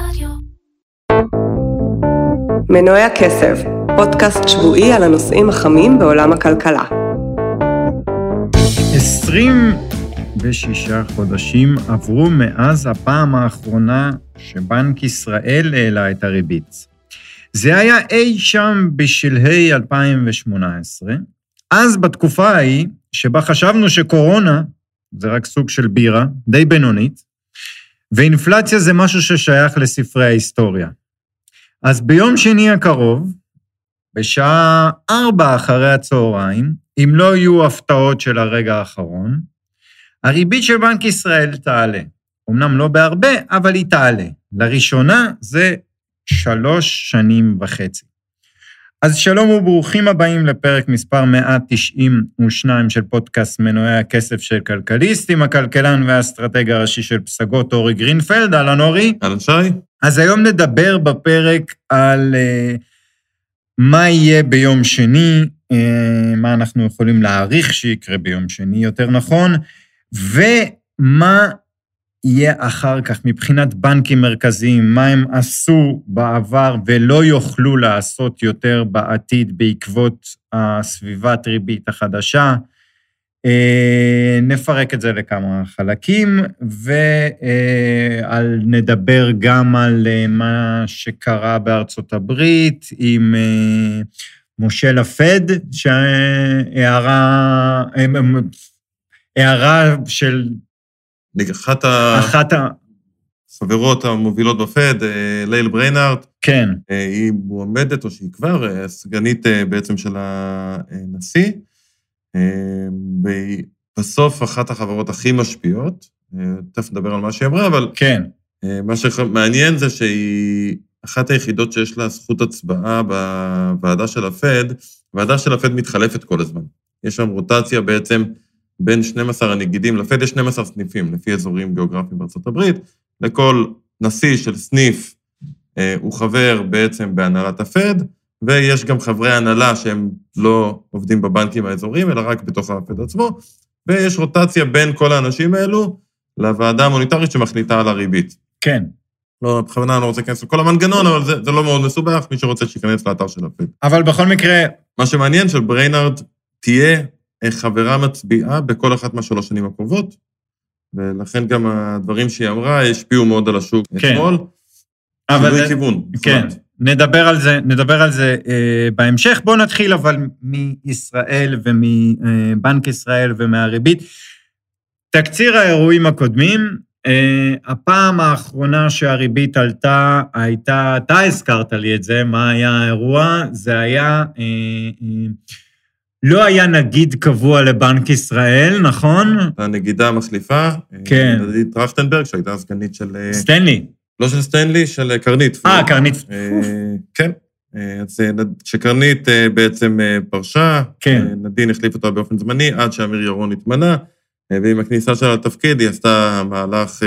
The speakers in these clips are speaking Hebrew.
מנועי הכסף, פודקאסט שבועי על הנושאים החמים בעולם הכלכלה. 26 חודשים עברו מאז הפעם האחרונה שבנק ישראל העלה את הריבית. זה היה אי שם בשלהי 2018, אז בתקופה ההיא שבה חשבנו שקורונה זה רק סוג של בירה, די בינונית, ואינפלציה זה משהו ששייך לספרי ההיסטוריה. אז ביום שני הקרוב, בשעה 4 אחרי הצהריים, אם לא יהיו הפתעות של הרגע האחרון, הריבית של בנק ישראל תעלה. אמנם לא בהרבה, אבל היא תעלה. לראשונה זה 3.5 שנים. אז שלום וברוכים הבאים לפרק מספר 192 של פודקאסט מנועי הכסף של כלכליסט, עם הכלכלן והאסטרטג הראשי של פסגות אורי גרינפלד. אהלן אורי. אהלן שי. אז היום נדבר בפרק על מה יהיה ביום שני, מה אנחנו יכולים להעריך שיקרה ביום שני, יותר נכון, ומה יהיה אחר כך מבחינת בנקים מרכזיים, מה הם עשו בעבר ולא יוכלו לעשות יותר בעתיד בעקבות הסביבת ריבית החדשה. נפרק את זה לכמה חלקים, ונדבר גם על מה שקרה בארצות הברית, עם מושל הפד, הערה של אחת החברות המובילות בפד, ליל בריינארט, כן. היא מועמדת, או שהיא כבר סגנית בעצם של הנשיא, ובסוף אחת החברות הכי משפיעות, תכף נדבר על מה שהיא אמרה, אבל כן. מה שמעניין זה שהיא אחת היחידות שיש לה זכות הצבעה בוועדה של הפד, הוועדה של הפד מתחלפת כל הזמן. יש שם רוטציה בעצם בין 12 הנגידים, לפד יש 12 סניפים, לפי אזורים גיאוגרפיים בארצות הברית, לכל נשיא של סניף הוא חבר בעצם בהנהלת הפד, ויש גם חברי הנהלה שהם לא עובדים בבנקים האזוריים, אלא רק בתוך הפד עצמו, ויש רוטציה בין כל האנשים האלו לוועדה המוניטרית שמחליטה על הריבית. כן. לא, בכוונה אני לא רוצה להיכנס לכל המנגנון, אבל זה לא מאוד מסובך, מי שרוצה שיכנס לאתר של הפד. אבל בכל מקרה... מה שמעניין של בריינארד תהיה חברה מצביעה בכל אחת מהשלוש שנים הקרובות, ולכן גם הדברים שהיא אמרה השפיעו מאוד על השוק אתמול. שינוי כיוון. כן. נדבר על זה בהמשך. בואו נתחיל אבל מישראל ומבנק ישראל ומהריבית. תקציר האירועים הקודמים, הפעם האחרונה שהריבית עלתה, אתה הזכרת לי את זה, מה היה האירוע? זה היה, לא היה נגיד קבוע לבנק ישראל, נכון? הנגידה המחליפה, כן. נגיד טרכטנברג, שהייתה סגנית של... סטנלי. לא של סטנלי, של קרנית. קרנית. כן, אז שקרנית בעצם פרשה, כן. נדין החליף אותה באופן זמני, עד שאמיר ירון התמנה, ועם הכניסה של התפקיד, היא עשתה מהלך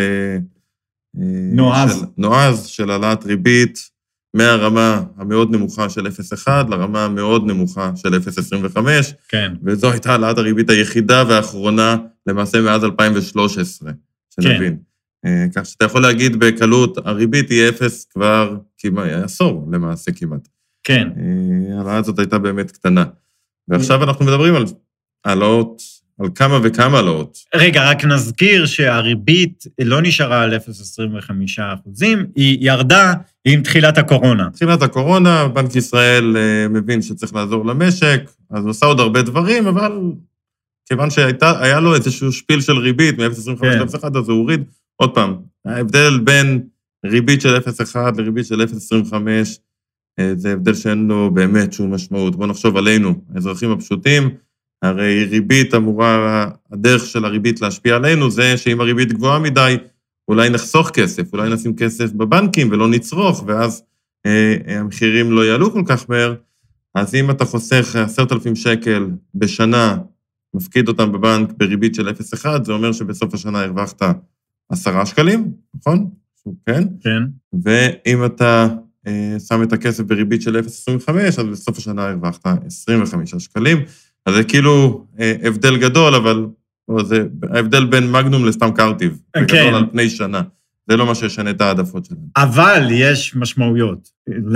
נועז של העלאת ריבית, מהרמה המאוד נמוכה של 0.1 לרמה המאוד נמוכה של 0.25, כן. וזו הייתה העלאת הריבית היחידה והאחרונה, למעשה מאז 2013, שנבין. כך שאתה יכול להגיד בקלות, הריבית היא 0 כבר עשור למעשה כמעט. כן. העלאה הזאת הייתה באמת קטנה. ועכשיו אנחנו מדברים על העלאות, על כמה וכמה העלאות. רגע, רק נזכיר שהריבית לא נשארה על 0.25%, היא ירדה עם תחילת הקורונה. תחילת הקורונה, בנק ישראל מבין שצריך לעזור למשק, אז הוא עושה עוד הרבה דברים, אבל כיוון שהיה לו איזשהו שפיל של ריבית מ-0.25 ל-0.1, אז הוא הוריד. עוד פעם, ההבדל בין ריבית של 0.1 לריבית של 0.25, זה הבדל שאין לו באמת שום משמעות. בואו נחשוב עלינו, האזרחים הפשוטים, הרי ריבית אמורה, הדרך של הריבית להשפיע עלינו, זה שאם הריבית גבוהה מדי, אולי נחסוך כסף, אולי נשים כסף בבנקים ולא נצרוך, ואז המחירים לא יעלו כל כך מהר. אז אם אתה חוסך 10,000 שקל בשנה, מפקיד אותם בבנק בריבית של 0.1, זה אומר שבסוף השנה הרווחת 10 שקלים, נכון? כן. כן. ואם אתה שם את הכסף בריבית של 0.25, אז בסוף השנה הרווחת 25 שקלים. אז זה כאילו הבדל גדול, אבל זה ההבדל בין מגנום לסתם קרטיב. כן. בגדול על פני שנה. זה לא מה שישנה את העדפות שלנו. אבל יש משמעויות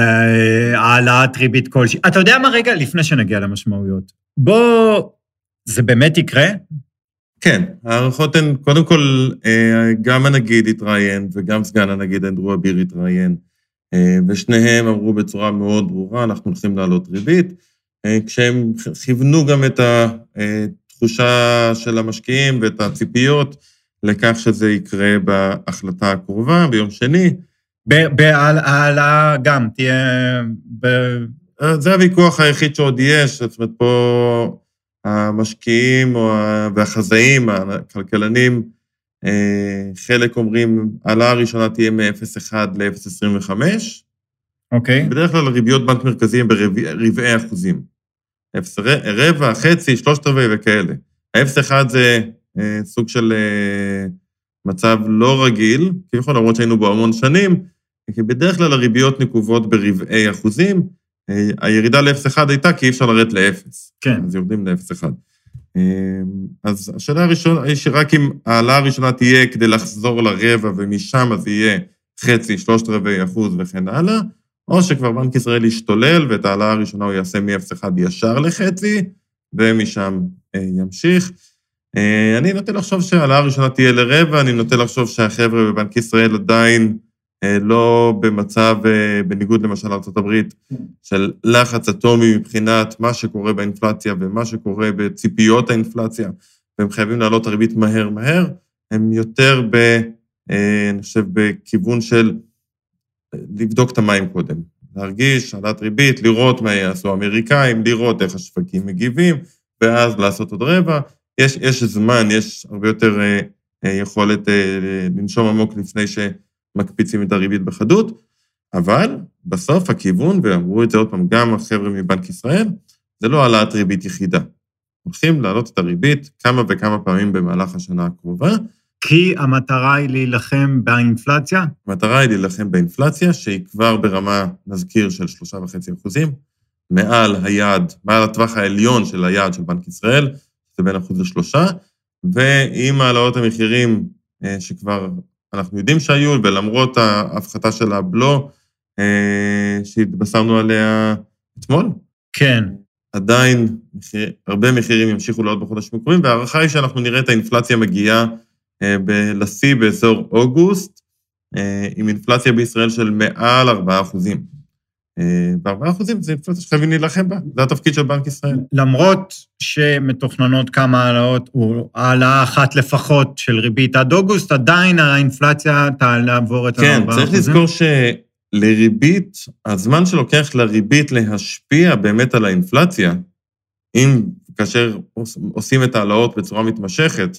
להעלאת ריבית כלשהי. אתה יודע מה רגע? לפני שנגיע למשמעויות. זה באמת יקרה? כן, הערכות הן, קודם כל, גם הנגיד התראיין, וגם סגן הנגיד אנדרו אביר התראיין, ושניהם אמרו בצורה מאוד ברורה, אנחנו הולכים לעלות ריבית, כשהם כיוונו גם את התחושה של המשקיעים ואת הציפיות, לכך שזה יקרה בהחלטה הקרובה, ביום שני. בהעלאה גם, תהיה... זה הוויכוח היחיד שעוד יש, זאת אומרת, פה המשקיעים והחזאים, הכלכלנים, חלק אומרים, העלאה הראשונה תהיה מ-0.1 ל-0.25. אוקיי. בדרך כלל ריביות בנק מרכזיים ברבעי אחוזים. רבע, חצי, 3/4 וכאלה. ה-0.1 זה סוג של מצב לא רגיל, כביכול למרות שהיינו בו המון שנים, כי בדרך כלל הריביות נקובות ברבעי אחוזים, הירידה ל-0.1 הייתה כי אי אפשר לרדת ל-0. כן. אז יורדים ל-0.1. אז השאלה הראשונה היא שרק אם העלה הראשונה תהיה כדי לחזור לרבע, ומשם אז יהיה חצי, 3/4% וכן הלאה, או שכבר בנק ישראל ישתולל, ואת העלה הראשונה הוא יעשה מ-0.1 ישר לחצי, ומשם ימשיך. אני נוטה לחשוב שהעלה הראשונה תהיה לרבע, אני נוטה לחשוב שהחבר'ה בבנק ישראל עדיין לא במצב, בניגוד למשל ארצות הברית, של לחץ אטומי מבחינת מה שקורה באינפלציה ומה שקורה בציפיות האינפלציה, והם חייבים לעלות הריבית מהר, הם יותר אני חושב, בכיוון של לבדוק את המים קודם, להרגיש, העלאת ריבית, לראות מה יעשו האמריקאים, לראות איך השווקים מגיבים, ואז לעשות עוד רבע. יש זמן, יש הרבה יותר יכולת לנשום עמוק לפני שמקפיצים את הריבית בחדות, אבל בסוף הכיוון, ואמרו את זה עוד פעם גם החבר'ה מבנק ישראל, זה לא העלאת ריבית יחידה. הולכים להעלות את הריבית כמה וכמה פעמים במהלך השנה הקרובה. כי המטרה היא להילחם באינפלציה? המטרה היא להילחם באינפלציה, שהיא כבר ברמה, נזכיר, של 3.5%, מעל היעד, מעל הטווח העליון של היעד של בנק ישראל, זה בין 1% ל3%, ועם העלאות המחירים שכבר אנחנו יודעים שהיו, ולמרות ההפחתה של הבלו, שהתבשרנו עליה אתמול. כן. עדיין הרבה מחירים ימשיכו לעוד בחודשים הקרובים, והערכה היא שאנחנו נראה את האינפלציה מגיעה לשיא באזור אוגוסט, עם אינפלציה בישראל של מעל 4%. ב4% זה אינפלציה שחייבים להילחם בה, זה התפקיד של בנק ישראל. למרות שמתוכננות כמה העלאות, או העלאה אחת לפחות של ריבית עד אוגוסט, עדיין האינפלציה תעבור את ה4%. כן, צריך לזכור שלריבית, הזמן שלוקח לריבית להשפיע באמת על האינפלציה, אם כאשר עושים את העלאות בצורה מתמשכת,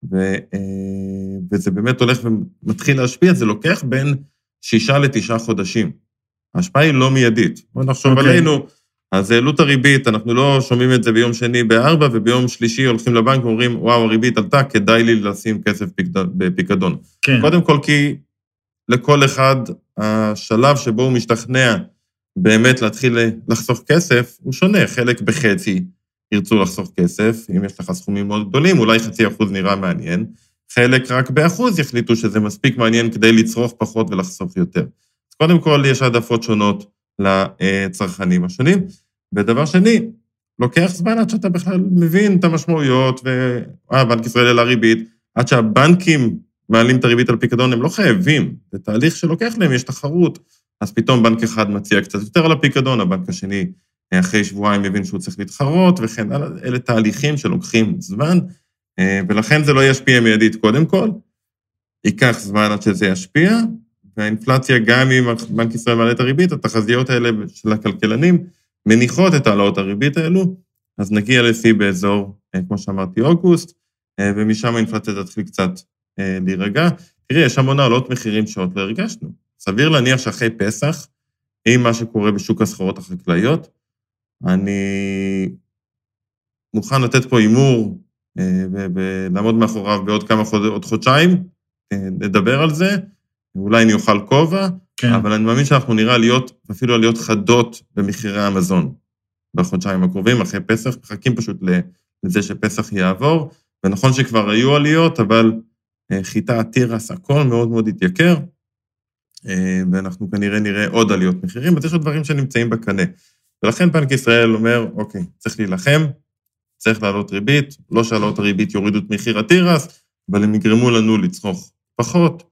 וזה באמת הולך ומתחיל להשפיע, זה לוקח בין 6 ל9 חודשים. ההשפעה היא לא מיידית. בואו נחשוב עלינו, אז העלו את הריבית, אנחנו לא שומעים את זה ביום שני ב4, וביום שלישי הולכים לבנק ואומרים, וואו, הריבית עלתה, כדאי לי לשים כסף בפיקדון. כן. קודם כל, כי לכל אחד, השלב שבו הוא משתכנע באמת להתחיל לחסוך כסף, הוא שונה, חלק בחצי ירצו לחסוך כסף, אם יש לך סכומים מאוד גדולים, אולי 0.5% נראה מעניין, חלק רק ב1% יחליטו שזה מספיק מעניין כדי לצרוך פחות ולחסוך יותר. קודם כל, יש העדפות שונות לצרכנים השונים, ודבר שני, לוקח זמן עד שאתה בכלל מבין את המשמעויות, ובנק ישראל העלה ריבית, עד שהבנקים מעלים את הריבית על פיקדון, הם לא חייבים, זה תהליך שלוקח להם, יש תחרות, אז פתאום בנק אחד מציע קצת יותר על הפיקדון, הבנק השני אחרי שבועיים מבין שהוא צריך להתחרות, וכן, אלה תהליכים שלוקחים זמן, ולכן זה לא ישפיע מיידית קודם כל, ייקח זמן עד שזה ישפיע, והאינפלציה, גם אם בנק ישראל מעלה את הריבית, התחזיות האלה של הכלכלנים מניחות את העלאות הריבית האלו, אז נגיע לשיא באזור, כמו שאמרתי, אוגוסט, ומשם האינפלציה תתחיל קצת להירגע. תראי, יש המון העלות מחירים שעוד לא הרגשנו. סביר להניח שאחרי פסח, עם מה שקורה בשוק הסחורות החקלאיות, אני מוכן לתת פה אימור, ולעמוד מאחוריו בעוד עוד חודשיים, נדבר על זה, אולי אני אוכל כובע, כן. אבל אני מאמין שאנחנו נראה אפילו עליות חדות במחירי המזון בחודשיים הקרובים, אחרי פסח, מחכים פשוט לזה שפסח יעבור, ונכון שכבר היו עליות, אבל חיטה, תירס, הכל מאוד מאוד התייקר, ואנחנו כנראה נראה עוד עליות מחירים, אז יש עוד דברים שנמצאים בקנה. ולכן בנק ישראל אומר, אוקיי, צריך להילחם, צריך לעלות ריבית, לא שעלות הריבית יורידו את מחיר התירס, אבל הם יגרמו לנו לצרוך פחות,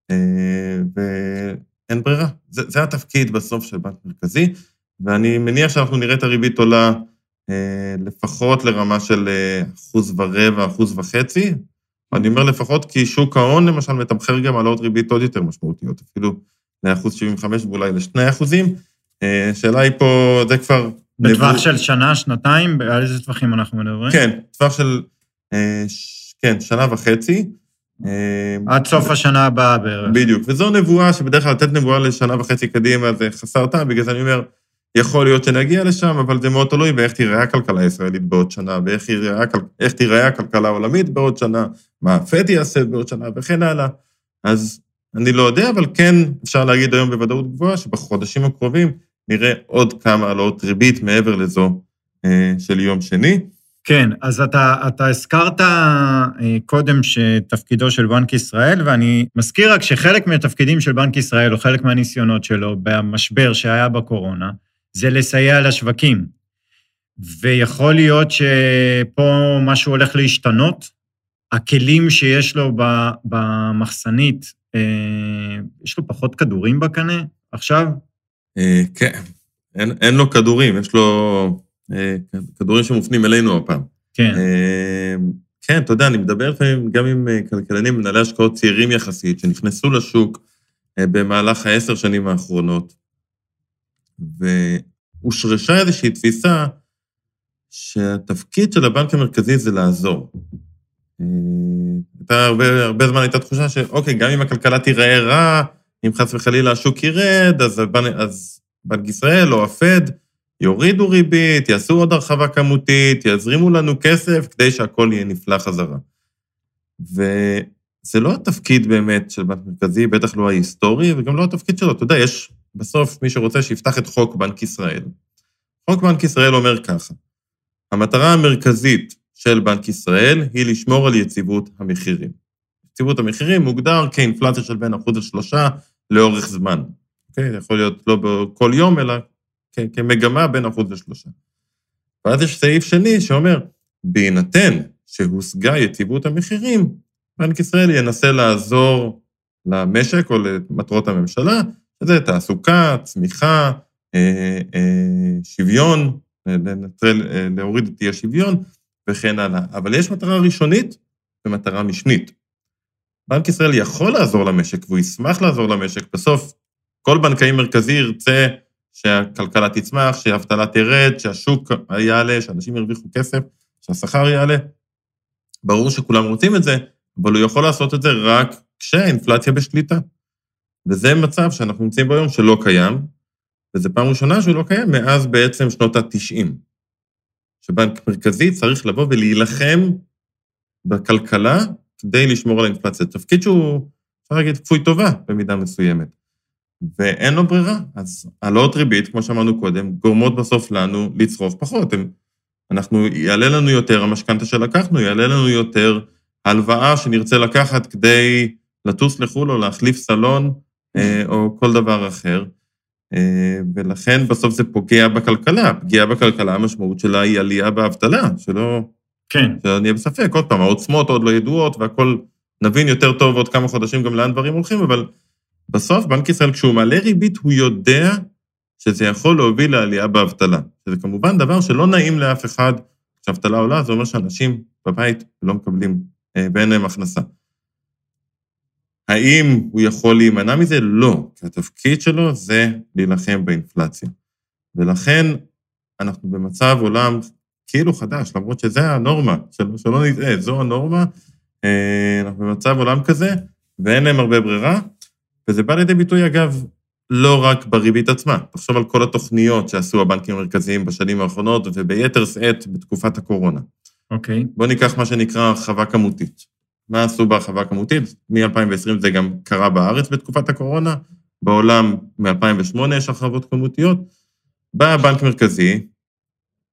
ואין ברירה. זה התפקיד בסוף של בנק מרכזי, ואני מניח שאנחנו נראה את הריבית עולה לפחות לרמה של 1.25%, 1.5%, אני אומר לפחות כי שוק ההון למשל מתמחר גם העלות ריבית עוד יותר משמעותיות, אפילו ל1.75% ואולי ל2%. שאלה היא פה, זה כבר... בטווח של שנה, שנתיים, על איזה טווחים אנחנו מדברים? כן, טווח של, כן, שנה וחצי. עד סוף השנה הבאה בערך. בדיוק, וזו נבואה שבדרך כלל לתת נבואה לשנה וחצי קדימה, זה חסר טעם, בגלל זה אני אומר, יכול להיות שנגיע לשם, אבל זה מאוד תלוי באיך תיראה הכלכלה הישראלית בעוד שנה, ואיך תיראה הכלכלה העולמית בעוד שנה, מה הפד יעשה בעוד שנה, וכן הלאה. אז אני לא יודע, אבל כן אפשר להגיד היום בוודאות גבוהה, שבחודשים הקרובים נראה עוד כמה העלאות ריבית מעבר לזו של יום שני. כן, אז אתה הזכרת קודם שתפקידו של בנק ישראל, ואני מזכיר רק שחלק מהתפקידים של בנק ישראל, או חלק מהניסיונות שלו במשבר שהיה בקורונה, זה לסייע לשווקים. ויכול להיות שפה משהו הולך להשתנות, הכלים שיש לו במחסנית, יש לו פחות כדורים בקנה עכשיו? כן, אין לו כדורים, יש לו כדורים שמופנים אלינו הפעם. כן. כן, אתה יודע, אני מדבר לפעמים גם עם כלכלנים, מנהלי השקעות צעירים יחסית, שנכנסו לשוק במהלך 10 שנים האחרונות, והושרשה איזושהי תפיסה שהתפקיד של הבנק המרכזי זה לעזור. הרבה זמן הייתה תחושה שאוקיי, גם אם הכלכלה תיראה רע, אם חס וחלילה השוק ירד, אז בנק ישראל או הפד יורידו ריבית, יעשו עוד הרחבה כמותית, יזרימו לנו כסף כדי שהכל יהיה נפלא חזרה. וזה לא התפקיד באמת של בנק מרכזי, בטח לא ההיסטורי, וגם לא התפקיד שלו. אתה יודע, יש בסוף מי שרוצה שיפתח את חוק בנק ישראל. חוק בנק ישראל אומר ככה, המטרה המרכזית של בנק ישראל היא לשמור על יציבות המחירים. יציבות המחירים מוגדר כאינפלציה של בין 1% ל3% לאורך זמן. אוקיי? זה יכול להיות לא בכל יום, אלא כמגמה בין 1% ל3%. ואז יש סעיף שני שאומר, בהינתן שהושגה יציבות המחירים, בנק ישראל ינסה לעזור למשק או למטרות הממשלה, שזה תעסוקה, צמיחה, שוויון, להוריד את השוויון וכן הלאה. אבל יש מטרה ראשונית ומטרה משנית. בנק ישראל יכול לעזור למשק, והוא ישמח לעזור למשק. בסוף, כל בנקאי מרכזי ירצה שהכלכלה תצמח, שהאבטלה תרד, שהשוק יעלה, שאנשים ירוויחו כסף, שהשכר יעלה. ברור שכולם רוצים את זה, אבל הוא יכול לעשות את זה רק כשהאינפלציה בשליטה. וזה מצב שאנחנו נמצאים ביום שלא קיים, וזו פעם ראשונה שהוא לא קיים מאז בעצם שנות ה-90. שבנק מרכזי צריך לבוא ולהילחם בכלכלה כדי לשמור על האינפלציה. תפקיד שהוא, אפשר להגיד, כפוי טובה במידה מסוימת. ואין לו ברירה. אז העלאות ריבית, כמו שאמרנו קודם, גורמות בסוף לנו לצרוך פחות. יעלה לנו יותר, המשכנתה שלקחנו, יעלה לנו יותר הלוואה שנרצה לקחת כדי לטוס לחו"ל או להחליף סלון או כל דבר אחר. ולכן בסוף זה פוגע בכלכלה. פגיעה בכלכלה, המשמעות שלה היא עלייה באבטלה, שלא נהיה בספק. עוד פעם, העוצמות עוד לא ידועות, והכל נבין יותר טוב עוד כמה חודשים גם לאן דברים הולכים, אבל בסוף בנק ישראל, כשהוא מעלה ריבית, הוא יודע שזה יכול להוביל לעלייה באבטלה. שזה כמובן דבר שלא נעים לאף אחד, כשאבטלה עולה, זה אומר שאנשים בבית לא מקבלים, ואין להם הכנסה. האם הוא יכול להימנע מזה? לא, כי התפקיד שלו זה להילחם באינפלציה. ולכן אנחנו במצב עולם כאילו חדש, למרות שזה הנורמה, שלא נטעה, זו הנורמה, אנחנו במצב עולם כזה, ואין להם הרבה ברירה, וזה בא לידי ביטוי, אגב, לא רק בריבית עצמה. תחשוב על כל התוכניות שעשו הבנקים המרכזיים בשנים האחרונות, וביתר שאת בתקופת הקורונה. אוקיי. בואו ניקח מה שנקרא הרחבה כמותית. מה עשו בהרחבה כמותית? מ-2020 זה גם קרה בארץ בתקופת הקורונה, בעולם מ-2008 יש הרחבות כמותיות, בא בנק מרכזי,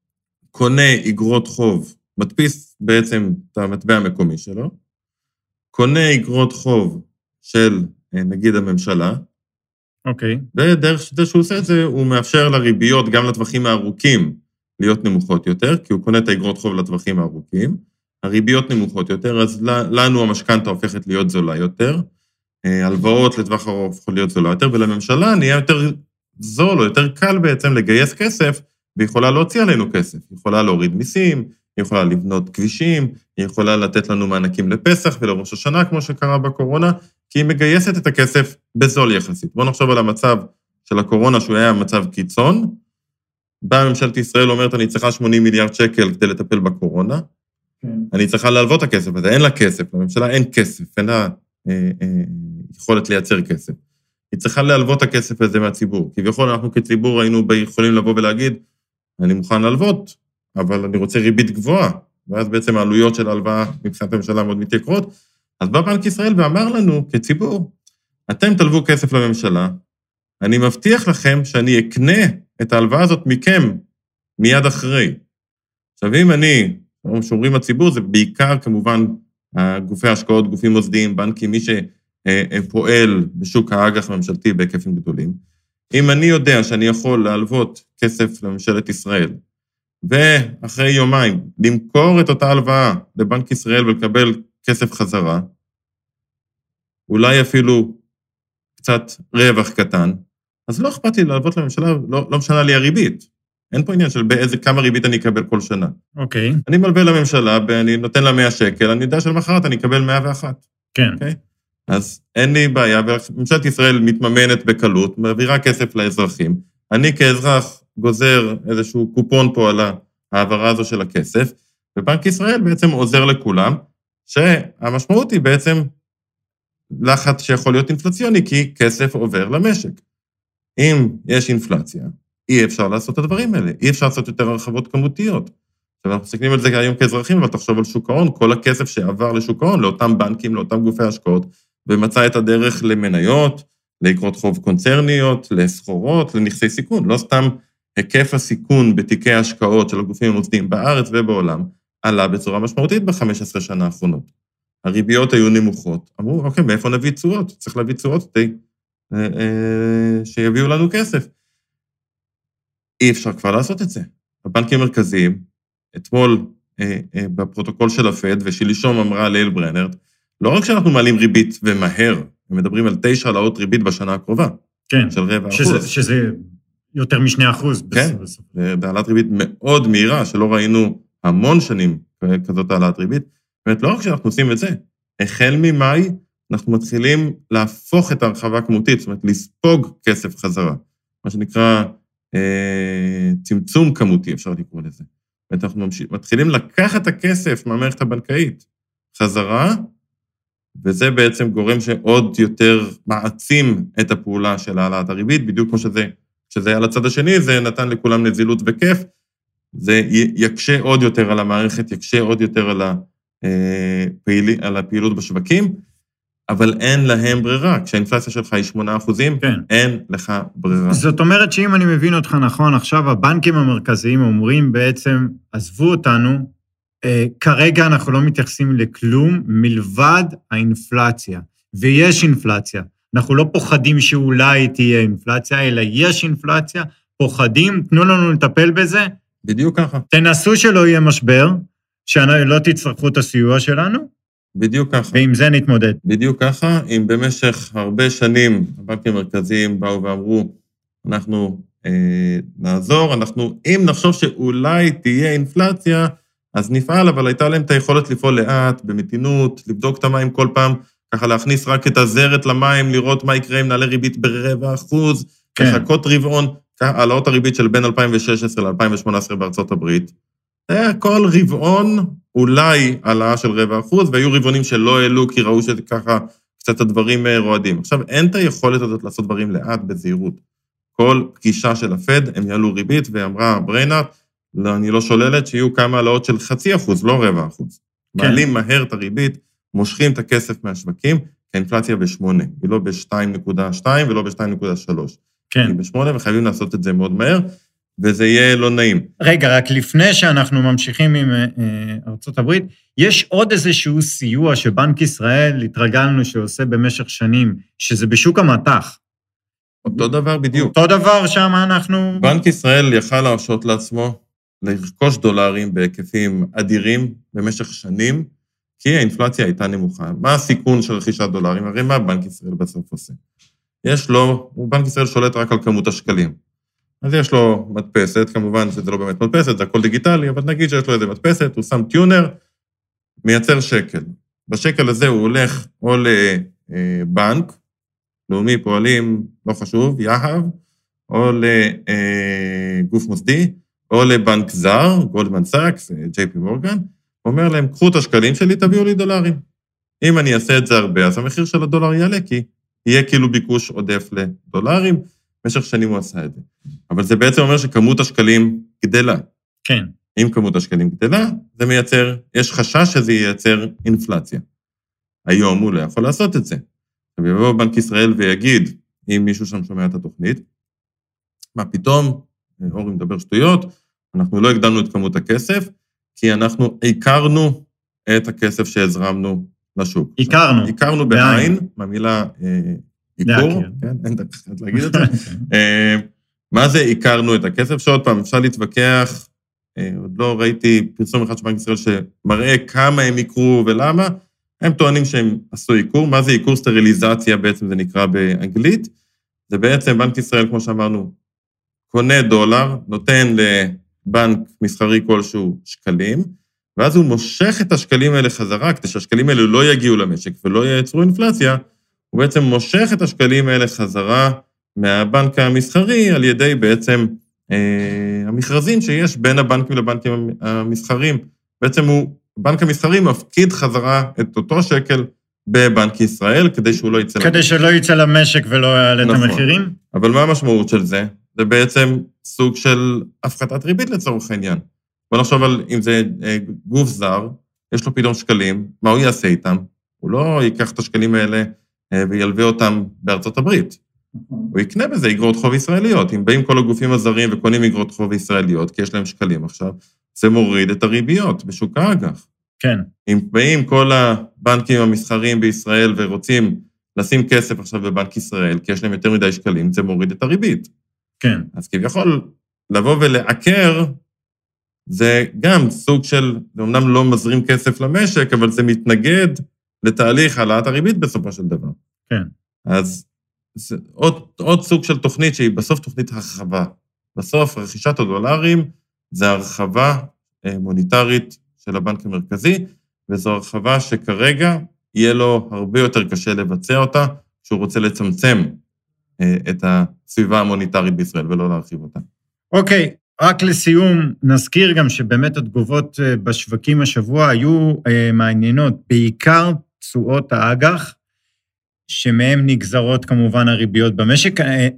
קונה אגרות חוב, מדפיס בעצם את המטבע המקומי שלו, קונה אגרות חוב של, נגיד, הממשלה, אוקיי. ודרך זה שהוא עושה את זה, הוא מאפשר לריביות גם לטווחים הארוכים להיות נמוכות יותר, כי הוא קונה את האגרות חוב לטווחים הארוכים, הריביות נמוכות יותר, אז לנו המשכנתא הופכת להיות זולה יותר, הלוואות לטווח ארוך הופכות להיות זולה יותר, ולממשלה נהיה יותר זול או יותר קל בעצם לגייס כסף, והיא יכולה להוציא עלינו כסף, היא יכולה להוריד מיסים, היא יכולה לבנות כבישים, היא יכולה לתת לנו מענקים לפסח ולראש השנה, כמו שקרה בקורונה, כי היא מגייסת את הכסף בזול יחסית. בואו נחשוב על המצב של הקורונה, שהוא היה מצב קיצון, באה ממשלת ישראל אומרת, אני צריכה 80 מיליארד שקל כדי לטפל בקורונה, אני צריכה להלוות את הכסף הזה, אין לה כסף, לממשלה אין כסף, אין לה יכולת לייצר כסף. היא צריכה להלוות את הכסף הזה מהציבור, כביכול אנחנו כציבור היינו יכולים לבוא ולהגיד, אני מוכן להלוות, אבל אני רוצה ריבית גבוהה, ואז בעצם העלויות של ההלוואה מבחינת הממשלה מאוד מתייקרות, אז בא בנק ישראל ואמר לנו כציבור, אתם תלוו כסף לממשלה, אני מבטיח לכם שאני אקנה את ההלוואה הזאת מכם מיד אחרי. עכשיו אם אני, שאומרים הציבור, זה בעיקר כמובן גופי השקעות, גופים מוסדיים, בנקים, מי שפועל בשוק האג"ח הממשלתי בהיקפים גדולים. אם אני יודע שאני יכול להלוות כסף לממשלת ישראל, ואחרי יומיים למכור את אותה הלוואה לבנק ישראל ולקבל כסף חזרה, אולי אפילו קצת רווח קטן, אז לא אכפת לי להלוות לממשלה, לא משנה לי הריבית. אין פה עניין של כמה ריבית אני אקבל כל שנה. אוקיי. אני מלווה לממשלה, ואני נותן לה 100 שקל, אני יודע שלמחרת אני אקבל 101. כן. אוקיי? אז אין לי בעיה, וממשלת ישראל מתממנת בקלות, מעבירה כסף לאזרחים. אני כאזרח גוזר איזשהו קופון פה על העברה הזו של הכסף, ובנק ישראל בעצם עוזר לכולם, שהמשמעות היא בעצם לחץ שיכול להיות אינפלציוני, כי כסף עובר למשק. אם יש אינפלציה, אי אפשר לעשות את הדברים האלה, אי אפשר לעשות יותר הרחבות כמותיות. עכשיו אנחנו מסתכלים על זה היום כאזרחים, אבל תחשוב על שוק ההון, כל הכסף שעבר לשוק ההון, לאותם בנקים, לאותם גופי השקעות, ומצא את הדרך למניות, לאגרות חוב קונצרניות, לסחורות, לנכסי סיכון. לא סתם היקף הסיכון בתיקי ההשקעות של הגופים המוסדיים בארץ ובעולם, עלה בצורה משמעותית ב-15 שנה האחרונות. הריביות היו נמוכות, אמרו, אוקיי, מאיפה נביא תשואות? צריך להביא תשואות שיביאו לנו כסף. אי אפשר כבר לעשות את זה. הבנקים המרכזיים, אתמול בפרוטוקול של הפד, ושלשום אמרה ליל ברנרד, לא רק שאנחנו מעלים ריבית ומהר, הם מדברים על 9 העלאות ריבית בשנה הקרובה. כן, של 0.25%. שזה יותר מ2%. כן, זה העלאת ריבית מאוד מהירה, שלא ראינו המון שנים כזאת העלאת ריבית. באמת, לא רק שאנחנו עושים את זה, החל ממאי, אנחנו מתחילים להפוך את ההרחבה הכמותית, זאת אומרת, לספוג כסף חזרה, מה שנקרא צמצום כמותי, אפשר לקרוא לזה. אנחנו מתחילים לקחת את הכסף מהמערכת הבנקאית חזרה, וזה בעצם גורם שעוד יותר מעצים את הפעולה של העלאת הריבית, בדיוק כמו שזה היה לצד השני, זה נתן לכולם נזילות וכיף, זה יקשה עוד יותר על המערכת, יקשה עוד יותר על הפעילות בשווקים, אבל אין להם ברירה. כשהאינפלציה שלך היא 8%, כן. אין לך ברירה. זאת אומרת שאם אני מבין אותך נכון, עכשיו הבנקים המרכזיים אומרים בעצם, עזבו אותנו, כרגע אנחנו לא מתייחסים לכלום מלבד האינפלציה, ויש אינפלציה. אנחנו לא פוחדים שאולי תהיה אינפלציה, אלא יש אינפלציה, פוחדים, תנו לנו לטפל בזה. בדיוק ככה. תנסו שלא יהיה משבר, שלא תצטרכו את הסיוע שלנו, בדיוק ככה. ועם זה נתמודד. בדיוק ככה, אם במשך הרבה שנים הבנקים המרכזיים באו ואמרו, אנחנו נעזור, אם נחשוב שאולי תהיה אינפלציה, אז נפעל, אבל הייתה להם את היכולת לפעול לאט, במתינות, לבדוק את המים כל פעם, ככה להכניס רק את הזרת למים, לראות מה יקרה אם נעלה ריבית ב0.25%, כן. לחכות רבעון, העלאות הריבית של בין 2016 ל-2018 בארצות הברית, כל רבעון אולי העלאה של 0.25%, והיו רבעונים שלא העלו, כי ראו שככה קצת הדברים רועדים. עכשיו, אין את היכולת הזאת לעשות דברים לאט בזהירות. כל פגישה של הפד, הם יעלו ריבית, ואמרה ברנרד, לא, אני לא שוללת שיהיו כמה העלאות של 0.5%, לא 0.25%. כן. מעלים מהר את הריבית, מושכים את הכסף מהשווקים, כי האינפלציה ב8, היא לא ב2.2 ולא ב2.3. כן. היא ב8, וחייבים לעשות את זה מאוד מהר, וזה יהיה לא נעים. רגע, רק לפני שאנחנו ממשיכים עם ארצות הברית, יש עוד איזשהו סיוע שבנק ישראל התרגלנו שעושה במשך שנים, שזה בשוק המטח. אותו דבר בדיוק. אותו דבר שם אנחנו... בנק ישראל יכל להרשות לעצמו לרכוש דולרים בהיקפים אדירים במשך שנים, כי האינפלציה הייתה נמוכה. מה הסיכון של רכישת דולרים? הרי מה בנק ישראל בסוף עושה? בנק ישראל שולט רק על כמות השקלים. אז יש לו מדפסת, כמובן שזה לא באמת מדפסת, זה הכל דיגיטלי, אבל נגיד שיש לו איזה מדפסת, הוא שם טיונר, מייצר שקל. בשקל הזה הוא הולך או לבנק, לאומי, פועלים, לא חשוב, יהב, או לגוף מוסדי, או לבנק זר, גולדמן סאקס, ג'יי פי מורגן, אומר להם, קחו את השקלים שלי, תביאו לי דולרים. אם אני אעשה את זה הרבה, אז המחיר של הדולר יעלה, כי יהיה כאילו ביקוש עודף לדולרים, במשך שנים הוא עשה את זה. אבל זה בעצם אומר שכמות השקלים גדלה. כן. אם כמות השקלים גדלה, זה מייצר, יש חשש שזה ייצר אינפלציה. היום הוא לא יכול לעשות את זה. ויבוא בנק ישראל ויגיד, אם מישהו שם שומע את התוכנית, מה פתאום, אורי מדבר שטויות, אנחנו לא הגדלנו את כמות הכסף, כי אנחנו עיקרנו את הכסף שהזרמנו לשוק. עיקרנו בעין, מהמילה עיקור, כן, אין דקת להגיד את זה. מה זה עיקרנו את הכסף? שעוד פעם, אפשר להתווכח, עוד לא ראיתי פרסום אחד של בנק ישראל שמראה כמה הם עיקרו ולמה, הם טוענים שהם עשו עיקור. מה זה עיקור? סטריליזציה בעצם זה נקרא באנגלית. זה בעצם בנק ישראל, כמו שאמרנו, קונה דולר, נותן לבנק מסחרי כלשהו שקלים, ואז הוא מושך את השקלים האלה חזרה, כדי שהשקלים האלה לא יגיעו למשק ולא ייצרו אינפלציה, הוא בעצם מושך את השקלים האלה חזרה מהבנק המסחרי, על ידי בעצם המכרזים שיש בין הבנקים לבנקים המסחרים. בעצם בנק המסחרי מפקיד חזרה את אותו שקל בבנק ישראל, כדי שהוא לא יצא... כדי שלא יצא למשק ולא יעלה את המחירים? אבל מה המשמעות של זה? זה בעצם סוג של הפחתת ריבית לצורך העניין. בוא נחשוב על אם זה גוף זר, יש לו פתאום שקלים, מה הוא יעשה איתם? הוא לא ייקח את השקלים האלה וילווה אותם בארצות הברית. הוא יקנה בזה אגרות חוב ישראליות. אם באים כל הגופים הזרים וקונים אגרות חוב ישראליות, כי יש להם שקלים עכשיו, זה מוריד את הריביות בשוק האג"ח. כן. אם באים כל הבנקים המסחריים בישראל ורוצים לשים כסף עכשיו בבנק ישראל, כי יש להם יותר מדי שקלים, זה מוריד את הריבית. כן. אז כביכול, לבוא ולעקר, זה גם סוג של, זה אמנם לא מזרים כסף למשק, אבל זה מתנגד לתהליך העלאת הריבית בסופו של דבר. כן. אז זה עוד סוג של תוכנית שהיא בסוף תוכנית הרחבה. בסוף רכישת הדולרים זה הרחבה מוניטרית של הבנק המרכזי, וזו הרחבה שכרגע יהיה לו הרבה יותר קשה לבצע אותה, כשהוא רוצה לצמצם את הסביבה המוניטרית בישראל ולא להרחיב אותה. אוקיי, רק לסיום, נזכיר גם שבאמת התגובות בשווקים השבוע היו מעניינות, בעיקר תשואות האג"ח, שמהם נגזרות כמובן הריביות במשק.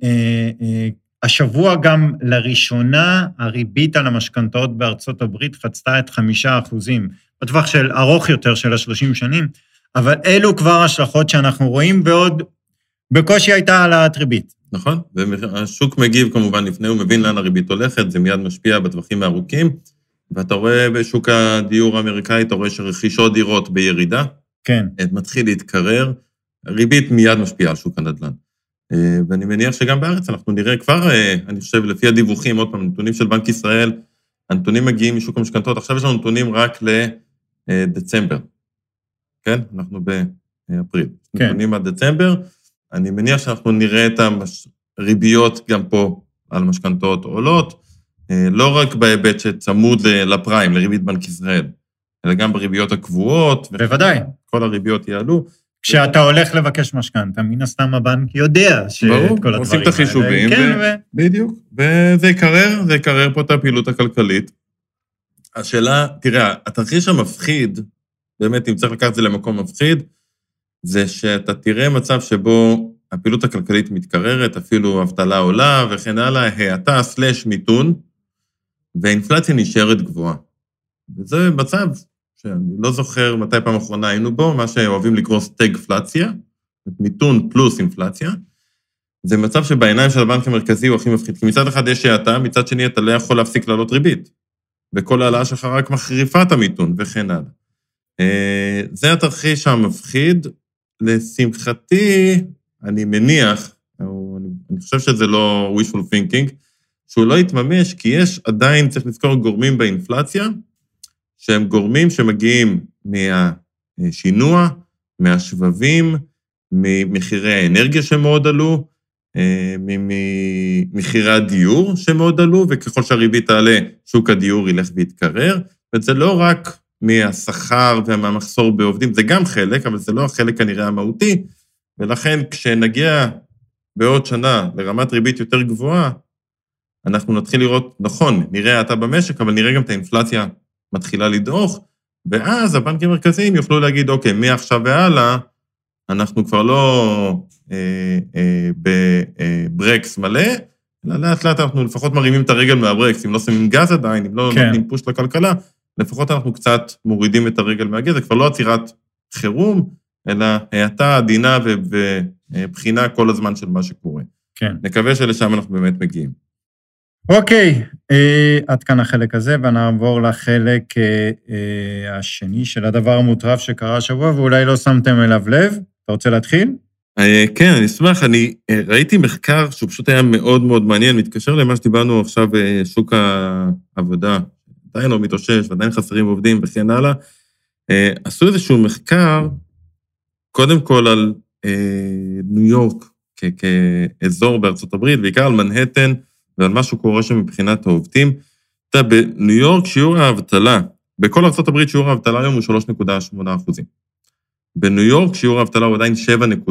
השבוע גם לראשונה הריבית על המשכנתאות בארצות הברית חצתה את 5%, בטווח של ארוך יותר של 30 שנים, אבל אלו כבר השלכות שאנחנו רואים, ועוד בקושי הייתה העלאת ריבית. נכון, והשוק מגיב כמובן לפני, הוא מבין לאן הריבית הולכת, זה מיד משפיע בטווחים הארוכים, ואתה רואה בשוק הדיור האמריקאי, אתה רואה שרכישות דירות בירידה, כן. מתחיל להתקרר, ריבית מיד משפיעה על שוק הנדל"ן. ואני מניח שגם בארץ אנחנו נראה כבר, אני חושב, לפי הדיווחים, עוד פעם, נתונים של בנק ישראל, הנתונים מגיעים משוק המשכנתאות, עכשיו יש לנו נתונים רק לדצמבר, כן? אנחנו באפריל. כן. נתונים עד דצמבר, אני מניח שאנחנו נראה את הריביות גם פה על משכנתאות עולות, לא רק בהיבט שצמוד לפריים, לריבית בנק ישראל, אלא גם בריביות הקבועות. בוודאי. כל הריביות יעלו. כשאתה הולך לבקש משכנתה, מן הסתם הבנק יודע שאת כל הדברים האלה. עושים את החישובים. בדיוק. וזה יקרר פה את הפעילות הכלכלית. השאלה, תראה, התרחיש המפחיד, באמת, אם צריך לקחת את זה למקום מפחיד, זה שאתה תראה מצב שבו הפעילות הכלכלית מתקררת, אפילו אבטלה עולה וכן הלאה, האטה / מיתון, והאינפלציה נשארת גבוהה. וזה מצב שאני לא זוכר מתי פעם אחרונה היינו בו, מה שאוהבים לקרוא סטגפלציה, מיתון פלוס אינפלציה, זה מצב שבעיניים של הבנק המרכזי הוא הכי מפחיד, כי מצד אחד יש האטה, מצד שני אתה לא יכול להפסיק לעלות ריבית, וכל העלאה שלך רק מחריפה את המיתון, וכן הלאה. זה התרחיש המפחיד, לשמחתי, אני מניח, אני חושב שזה לא wishful thinking, שהוא לא יתממש, כי יש עדיין, צריך לזכור, גורמים באינפלציה, שהם גורמים שמגיעים מהשינוע, מהשבבים, ממחירי האנרגיה שמאוד עלו, ממחירי הדיור שמאוד עלו, וככל שהריבית תעלה, שוק הדיור ילך ויתקרר, וזה לא רק מהשכר ומהמחסור בעובדים, זה גם חלק, אבל זה לא החלק כנראה המהותי, ולכן כשנגיע בעוד שנה לרמת ריבית יותר גבוהה, אנחנו נתחיל לראות, נכון, נראה האטה במשק, אבל נראה גם את האינפלציה מתחילה לדעוך, ואז הבנקים המרכזיים יוכלו להגיד, אוקיי, מעכשיו והלאה, אנחנו כבר לא בברקס מלא, אלא לאט לאט אנחנו לפחות מרימים את הרגל מהברקס, אם לא שמים גז עדיין, אם לא נותנים פוש לכלכלה, לפחות אנחנו קצת מורידים את הרגל מהגז, זה כבר לא עצירת חירום, אלא האטה עדינה ובחינה כל הזמן של מה שקורה. כן. נקווה שלשם אנחנו באמת מגיעים. אוקיי, עד כאן החלק הזה, ונעבור לחלק השני של הדבר המוטרף שקרה השבוע, ואולי לא שמתם אליו לב. אתה רוצה להתחיל? כן, אני אשמח. אני ראיתי מחקר שהוא פשוט היה מאוד מאוד מעניין, מתקשר למה שדיברנו עכשיו שוק העבודה, עדיין לא מתאושש, ועדיין חסרים עובדים וכן הלאה. עשו איזשהו מחקר, קודם כל על ניו יורק כאזור בארצות הברית, בעיקר על מנהטן, ועל משהו קורה שם מבחינת העובדים. אתה יודע, בניו יורק שיעור האבטלה, בכל ארצות הברית שיעור האבטלה היום הוא 3.8%. בניו יורק שיעור האבטלה הוא עדיין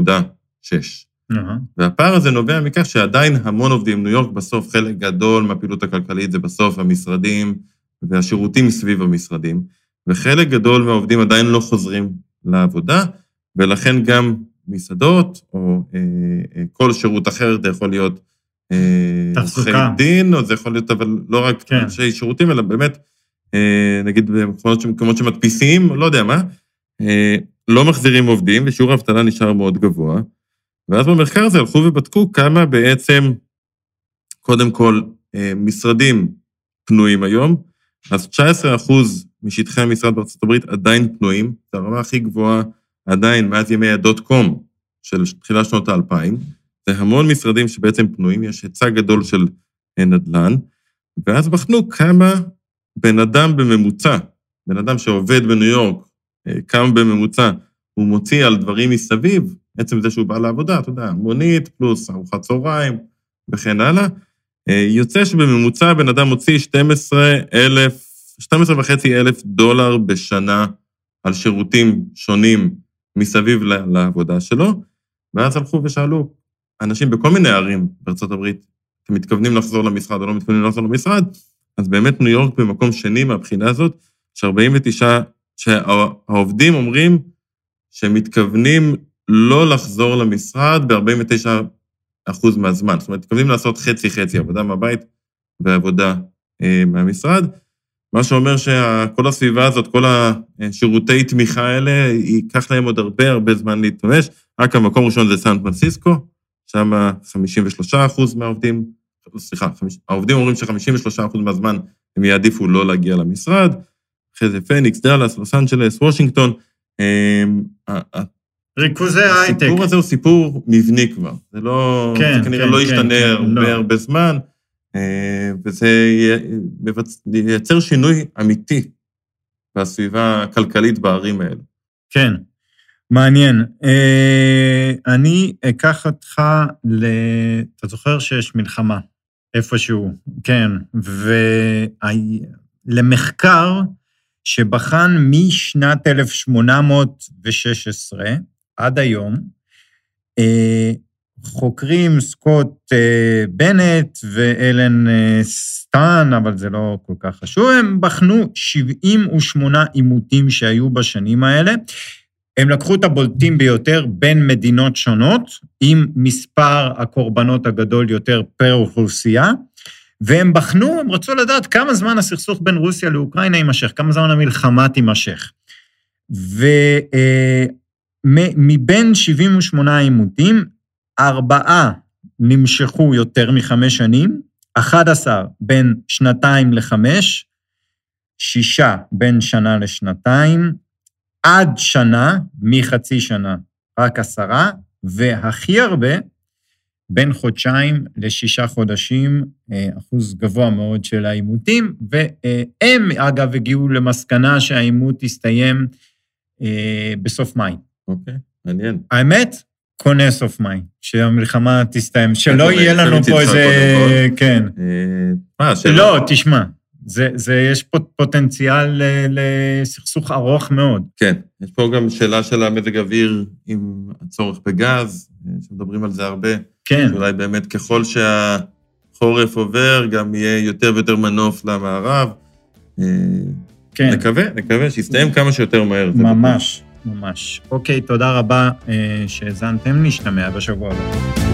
7.6%. והפער הזה נובע מכך שעדיין המון עובדים, ניו יורק בסוף חלק גדול מהפעילות הכלכלית, זה בסוף המשרדים והשירותים מסביב המשרדים, וחלק גדול מהעובדים עדיין לא חוזרים לעבודה, ולכן גם מסעדות, או כל שירות אחר, זה יכול להיות תחזוקה. דין, או זה יכול להיות, אבל לא רק אנשי שירותים, אלא באמת, נגיד במקומות שמדפיסים, לא יודע מה, לא מחזירים עובדים, ושיעור האבטלה נשאר מאוד גבוה, ואז במחקר הזה הלכו ובדקו כמה בעצם, קודם כל, משרדים פנויים היום, אז 19% משטחי המשרד בארצות הברית עדיין פנויים, זה הרמה הכי גבוהה עדיין מאז ימי .com של תחילה שנות ה-2000, זה המון משרדים שבעצם פנויים, יש היצע גדול של נדל"ן, ואז בחנו כמה בן אדם בממוצע, בן אדם שעובד בניו יורק, כמה בממוצע הוא מוציא על דברים מסביב, עצם זה שהוא בא לעבודה, אתה יודע, מונית פלוס ארוחת צהריים וכן הלאה, יוצא שבממוצע בן אדם מוציא 12,500 דולר בשנה על שירותים שונים מסביב לעבודה שלו, ואז הלכו ושאלו, אנשים בכל מיני ערים בארצות הברית, אתם מתכוונים לחזור למשרד או לא מתכוונים לחזור למשרד, אז באמת ניו יורק במקום שני מהבחינה הזאת, שהעובדים אומרים שהם מתכוונים לא לחזור למשרד ב-49% מהזמן, זאת אומרת, מתכוונים לעשות חצי-חצי, עבודה מהבית ועבודה מהמשרד, מה שאומר שכל הסביבה הזאת, כל השירותי תמיכה האלה, ייקח להם עוד הרבה זמן להתממש, רק המקום ראשון זה סן פרנסיסקו, שם 53% מהעובדים, העובדים אומרים ש53% מהזמן הם יעדיפו לא להגיע למשרד, אחרי זה פניקס, דאלאס, לוס אנג'לס, וושינגטון. ריכוזי הייטק. הסיפור הזה הוא סיפור מבני כבר, זה לא, זה כנראה לא ישתנה הרבה זמן, וזה ייצר שינוי אמיתי בסביבה הכלכלית בערים האלה. כן, מעניין. אני אקח אותך אתה זוכר שיש מלחמה איפשהו, כן, ולמחקר שבחן משנת 1816 עד היום, חוקרים סקוט בנט ואלן סטן, אבל זה לא כל כך חשוב, הם בחנו 78 עימותים שהיו בשנים האלה, הם לקחו את הבולטים ביותר בין מדינות שונות, עם מספר הקורבנות הגדול יותר פר אוכלוסייה, והם בחנו, הם רצו לדעת כמה זמן הסכסוך בין רוסיה לאוקראינה יימשך, כמה זמן המלחמה תימשך. ומבין 78 עימותים, 4 נמשכו יותר מ5 שנים, 11 בין 2 ל5, 6 בין שנה לשנתיים, עד שנה, מחצי שנה, רק 10, והכי הרבה, בין חודשיים ל6 חודשים, אחוז גבוה מאוד של האימותים, והם אגב הגיעו למסקנה שהאימות יסתיים בסוף מאי. אוקיי, מעניין. האמת, קונה סוף מאי, שהמלחמה תסתיים, שלא יהיה לנו פה איזה, כן. לא, תשמע, יש פה פוטנציאל לסכסוך ארוך מאוד. כן, יש פה גם שאלה של המזג אוויר עם הצורך בגז, שמדברים על זה הרבה. כן. אולי באמת ככל שהחורף עובר, גם יהיה יותר ויותר מנוף למערב. כן. נקווה שיסתיים כמה שיותר מהר. ממש, ממש. אוקיי, תודה רבה שהזנתם, נשתמע בשבוע הבא.